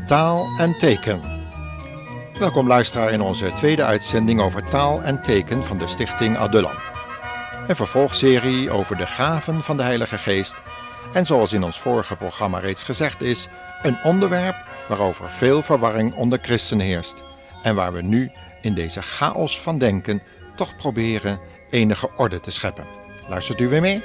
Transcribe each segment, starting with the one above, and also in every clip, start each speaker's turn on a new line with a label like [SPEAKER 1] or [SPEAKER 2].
[SPEAKER 1] Taal en teken. Welkom luisteraar in onze tweede uitzending over taal en teken van de Stichting Adullam. Een vervolgserie over de gaven van de Heilige Geest en zoals in ons vorige programma reeds gezegd is, een onderwerp waarover veel verwarring onder christenen heerst en waar we nu in deze chaos van denken toch proberen enige orde te scheppen. Luistert u weer mee?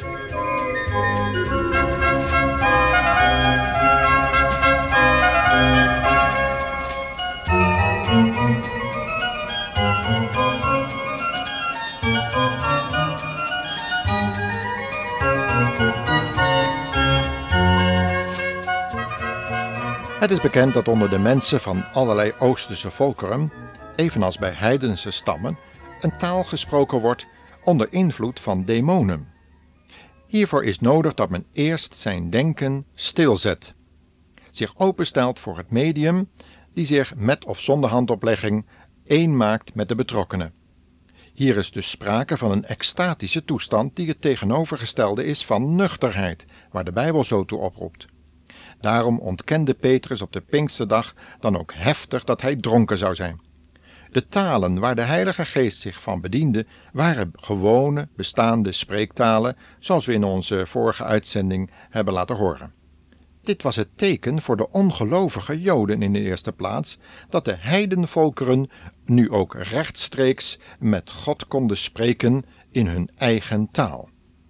[SPEAKER 1] Het is bekend dat onder de mensen van allerlei Oosterse volkeren, evenals bij heidense stammen, een taal gesproken wordt onder invloed van demonen. Hiervoor is nodig dat men eerst zijn denken stilzet, zich openstelt voor het medium die zich met of zonder handoplegging één maakt met de betrokkenen. Hier is dus sprake van een extatische toestand die het tegenovergestelde is van nuchterheid, waar de Bijbel zo toe oproept. Daarom ontkende Petrus op de Pinksterdag dan ook heftig dat hij dronken zou zijn. De talen waar de Heilige Geest zich van bediende waren gewone, bestaande spreektalen, zoals we in onze vorige uitzending hebben laten horen. Dit was het teken voor de ongelovige Joden in de eerste plaats, dat de heidenvolkeren nu ook rechtstreeks met God konden spreken in hun eigen taal.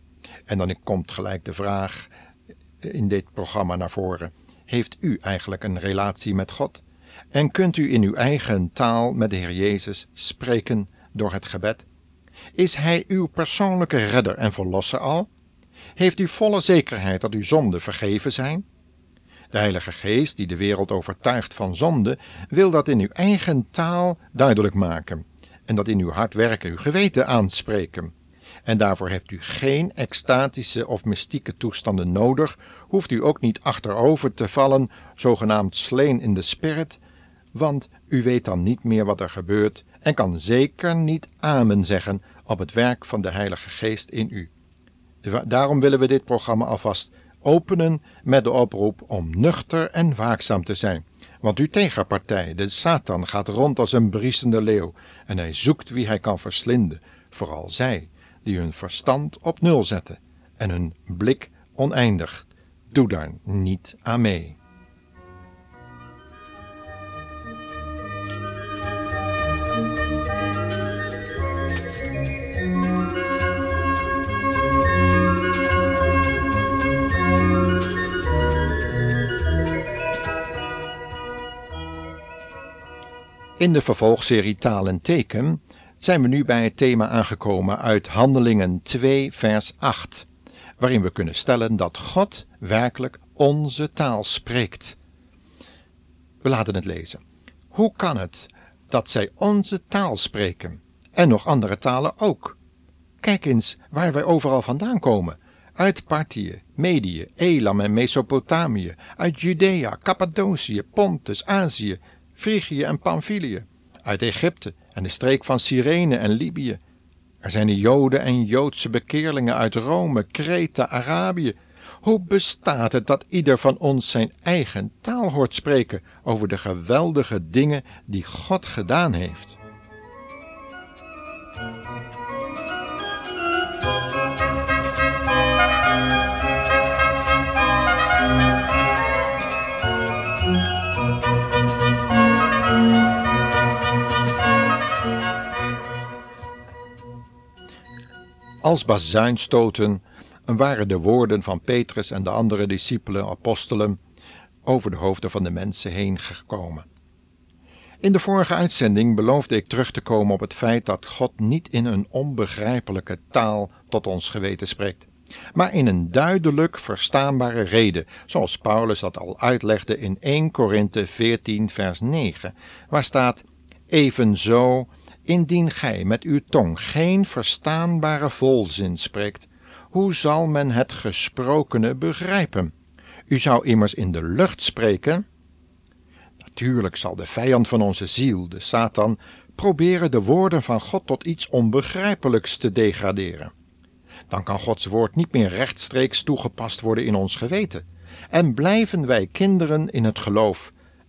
[SPEAKER 1] En dan komt gelijk de vraag in dit programma naar voren: heeft u eigenlijk een relatie met God? En kunt u in uw eigen taal met de Heer Jezus spreken door het gebed? Is Hij uw persoonlijke redder en verlosser al? Heeft u volle zekerheid dat uw zonden vergeven zijn? De Heilige Geest, die de wereld overtuigt van zonde, wil dat in uw eigen taal duidelijk maken en dat in uw hart werken, uw geweten aanspreken. En daarvoor hebt u geen extatische of mystieke toestanden nodig, hoeft u ook niet achterover te vallen, zogenaamd slain in the spirit, want u weet dan niet meer wat er gebeurt en kan zeker niet amen zeggen op het werk van de Heilige Geest in u. Daarom willen we dit programma alvast openen met de oproep om nuchter en waakzaam te zijn. Want uw tegenpartij, de Satan, gaat rond als een briesende leeuw en hij zoekt wie hij kan verslinden, vooral zij die hun verstand op nul zetten en hun blik oneindig. Doe daar niet aan mee. In de vervolgserie Taal en Teken zijn we nu bij het thema aangekomen uit Handelingen 2 vers 8, waarin we kunnen stellen dat God werkelijk onze taal spreekt. We laten het lezen. Hoe kan het dat zij onze taal spreken en nog andere talen ook? Kijk eens waar wij overal vandaan komen. Uit Parthië, Medië, Elam en Mesopotamië, uit Judea, Cappadocië, Pontus, Azië, Frigië en Pamphylië, uit Egypte en de streek van Cyrene en Libië. Er zijn de Joden en Joodse bekeerlingen uit Rome, Kreta, Arabië. Hoe bestaat het dat ieder van ons zijn eigen taal hoort spreken over de geweldige dingen die God gedaan heeft? Als bazuinstoten waren de woorden van Petrus en de andere discipelen, apostelen, over de hoofden van de mensen heen gekomen. In de vorige uitzending beloofde ik terug te komen op het feit dat God niet in een onbegrijpelijke taal tot ons geweten spreekt, maar in een duidelijk verstaanbare rede, zoals Paulus dat al uitlegde in 1 Korinthe 14 vers 9, waar staat: evenzo, indien gij met uw tong geen verstaanbare volzin spreekt, hoe zal men het gesprokene begrijpen? U zou immers in de lucht spreken. Natuurlijk zal de vijand van onze ziel, de Satan, proberen de woorden van God tot iets onbegrijpelijks te degraderen. Dan kan Gods woord niet meer rechtstreeks toegepast worden in ons geweten en blijven wij kinderen in het geloof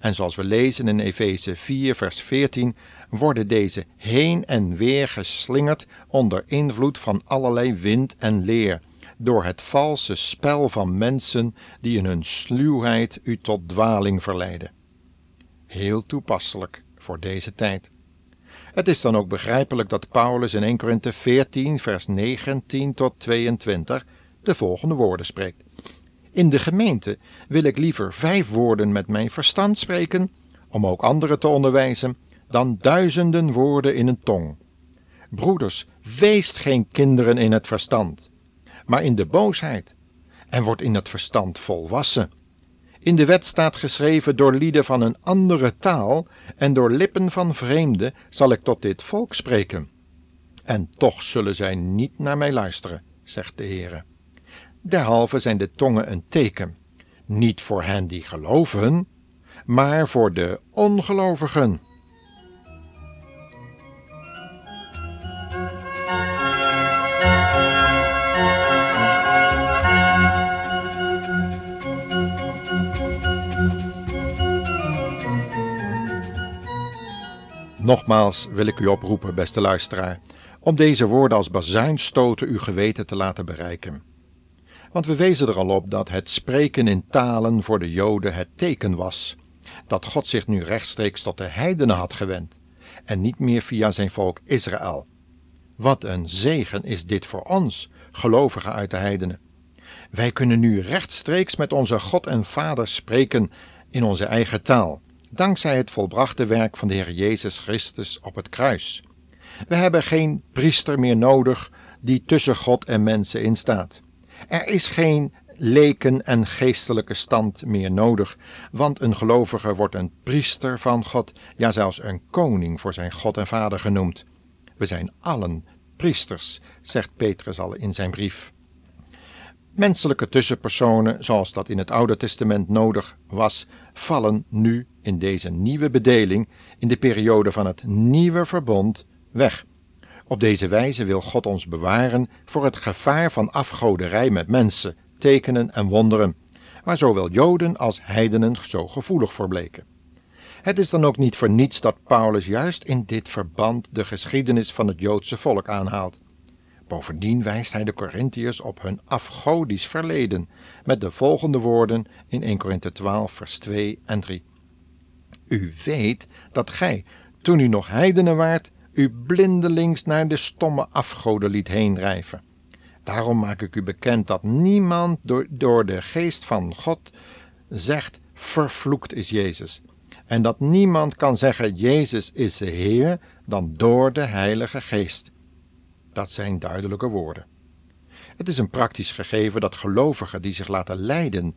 [SPEAKER 1] En zoals we lezen in Efeze 4 vers 14, worden deze heen en weer geslingerd onder invloed van allerlei wind en leer, door het valse spel van mensen die in hun sluwheid u tot dwaling verleiden. Heel toepasselijk voor deze tijd. Het is dan ook begrijpelijk dat Paulus in 1 Korinthe 14 vers 19 tot 22 de volgende woorden spreekt. In de gemeente wil ik liever 5 woorden met mijn verstand spreken, om ook anderen te onderwijzen, dan 1000 woorden in een tong. Broeders, weest geen kinderen in het verstand, maar in de boosheid, en wordt in het verstand volwassen. In de wet staat geschreven, door lieden van een andere taal en door lippen van vreemden zal ik tot dit volk spreken. En toch zullen zij niet naar mij luisteren, zegt de Heere. Derhalve zijn de tongen een teken, niet voor hen die geloven, maar voor de ongelovigen. Nogmaals wil ik u oproepen, beste luisteraar, om deze woorden als bazuinstoten uw geweten te laten bereiken. Want we wezen er al op dat het spreken in talen voor de Joden het teken was, dat God zich nu rechtstreeks tot de heidenen had gewend, en niet meer via zijn volk Israël. Wat een zegen is dit voor ons, gelovigen uit de heidenen. Wij kunnen nu rechtstreeks met onze God en Vader spreken in onze eigen taal, dankzij het volbrachte werk van de Heer Jezus Christus op het kruis. We hebben geen priester meer nodig die tussen God en mensen instaat. Er is geen leken en geestelijke stand meer nodig, want een gelovige wordt een priester van God, ja zelfs een koning voor zijn God en Vader genoemd. We zijn allen priesters, zegt Petrus al in zijn brief. Menselijke tussenpersonen, zoals dat in het Oude Testament nodig was, vallen nu in deze nieuwe bedeling, in de periode van het nieuwe verbond, weg. Op deze wijze wil God ons bewaren voor het gevaar van afgoderij met mensen, tekenen en wonderen, waar zowel Joden als heidenen zo gevoelig voor bleken. Het is dan ook niet voor niets dat Paulus juist in dit verband de geschiedenis van het Joodse volk aanhaalt. Bovendien wijst hij de Korintiërs op hun afgodisch verleden, met de volgende woorden in 1 Korinthe 12 vers 2 en 3. U weet dat gij, toen u nog heidenen waart, u blindelings naar de stomme afgoden liet heendrijven. Daarom maak ik u bekend dat niemand door de geest van God zegt, vervloekt is Jezus. En dat niemand kan zeggen, Jezus is de Heer, dan door de Heilige Geest. Dat zijn duidelijke woorden. Het is een praktisch gegeven dat gelovigen die zich laten leiden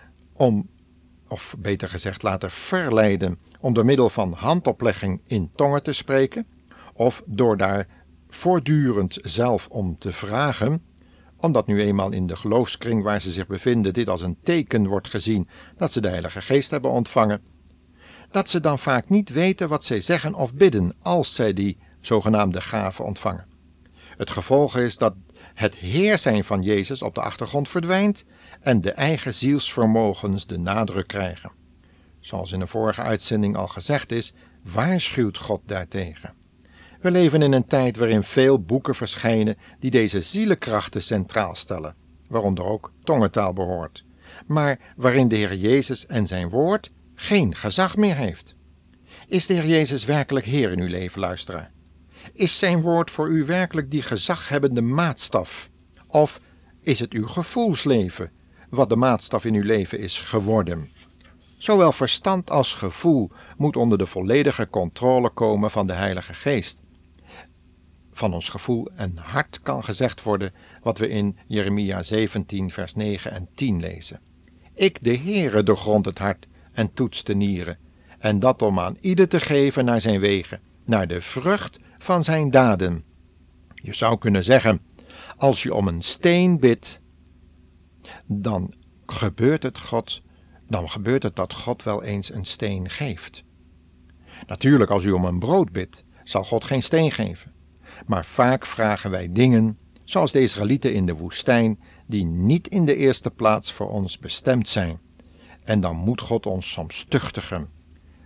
[SPEAKER 1] of beter gezegd laten verleiden om door middel van handoplegging in tongen te spreken, of door daar voortdurend zelf om te vragen, omdat nu eenmaal in de geloofskring waar ze zich bevinden dit als een teken wordt gezien dat ze de Heilige Geest hebben ontvangen, dat ze dan vaak niet weten wat zij zeggen of bidden als zij die zogenaamde gave ontvangen. Het gevolg is dat het Heer zijn van Jezus op de achtergrond verdwijnt en de eigen zielsvermogens de nadruk krijgen. Zoals in de vorige uitzending al gezegd is, waarschuwt God daartegen. We leven in een tijd waarin veel boeken verschijnen die deze zielenkrachten centraal stellen, waaronder ook tongentaal behoort, maar waarin de Heer Jezus en zijn woord geen gezag meer heeft. Is de Heer Jezus werkelijk Heer in uw leven, luisteraar? Is zijn woord voor u werkelijk die gezaghebbende maatstaf? Of is het uw gevoelsleven wat de maatstaf in uw leven is geworden? Zowel verstand als gevoel moet onder de volledige controle komen van de Heilige Geest. Van ons gevoel en hart kan gezegd worden wat we in Jeremia 17 vers 9 en 10 lezen. Ik, de Heere, doorgrond het hart en toets de nieren, en dat om aan ieder te geven naar zijn wegen, naar de vrucht van zijn daden. Je zou kunnen zeggen, als je om een steen bidt, dan gebeurt het dat God wel eens een steen geeft. Natuurlijk, als u om een brood bidt, zal God geen steen geven. Maar vaak vragen wij dingen, zoals de Israëlieten in de woestijn, die niet in de eerste plaats voor ons bestemd zijn. En dan moet God ons soms tuchtigen.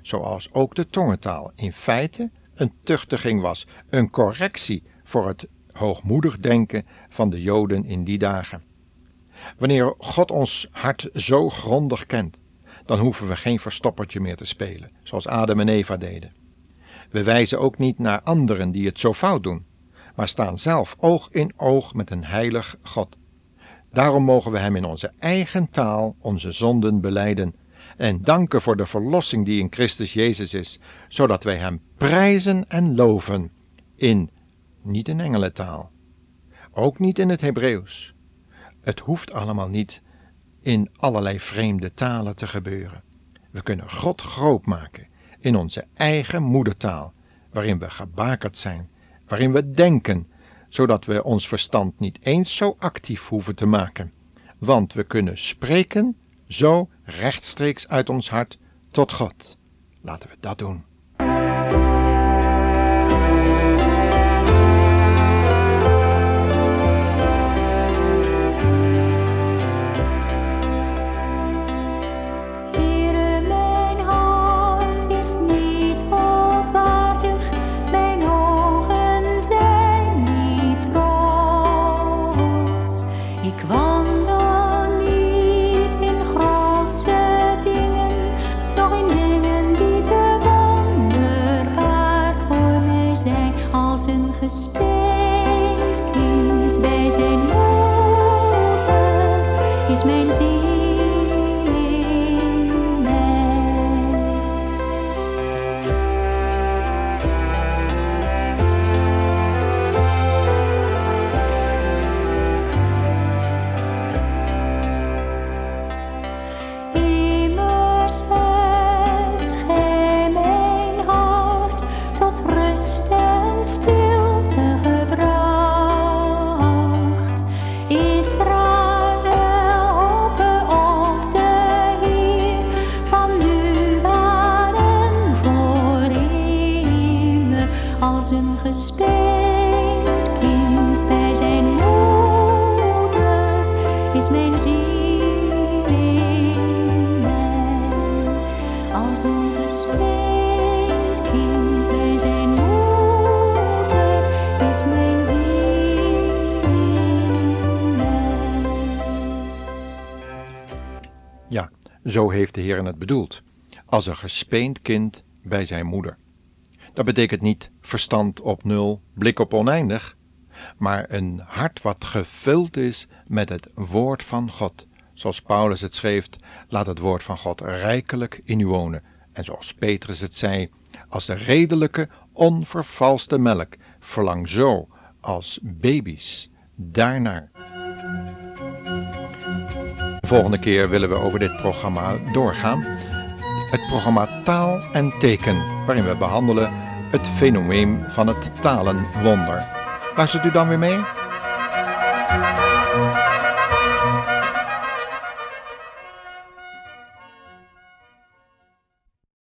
[SPEAKER 1] zoals ook de tongentaal in feite een tuchtiging was, een correctie voor het hoogmoedig denken van de Joden in die dagen. Wanneer God ons hart zo grondig kent, dan hoeven we geen verstoppertje meer te spelen, zoals Adam en Eva deden. We wijzen ook niet naar anderen die het zo fout doen, maar staan zelf oog in oog met een heilig God. Daarom mogen we hem in onze eigen taal onze zonden belijden en danken voor de verlossing die in Christus Jezus is, zodat wij hem prijzen en loven niet in engelentaal, ook niet in het Hebreeuws. Het hoeft allemaal niet in allerlei vreemde talen te gebeuren. We kunnen God groot maken in onze eigen moedertaal, waarin we gebakerd zijn, waarin we denken, zodat we ons verstand niet eens zo actief hoeven te maken, want we kunnen spreken zo rechtstreeks uit ons hart tot God. Laten we dat doen.
[SPEAKER 2] Als een gespeend kind bij zijn moeder is mijn ziel in mij. Als een gespeend kind bij zijn moeder is mijn ziel in mij.
[SPEAKER 1] Ja, zo heeft de Heer het bedoeld. Als een gespeend kind bij zijn moeder. Dat betekent niet verstand op nul, blik op oneindig, maar een hart wat gevuld is met het woord van God. Zoals Paulus het schreef, laat het woord van God rijkelijk in u wonen. En zoals Petrus het zei, als de redelijke, onvervalste melk, verlang zo als baby's daarnaar. De volgende keer willen we over dit programma doorgaan. Het programma Taal en Teken, waarin we behandelen het fenomeen van het talenwonder. Luistert u dan weer mee?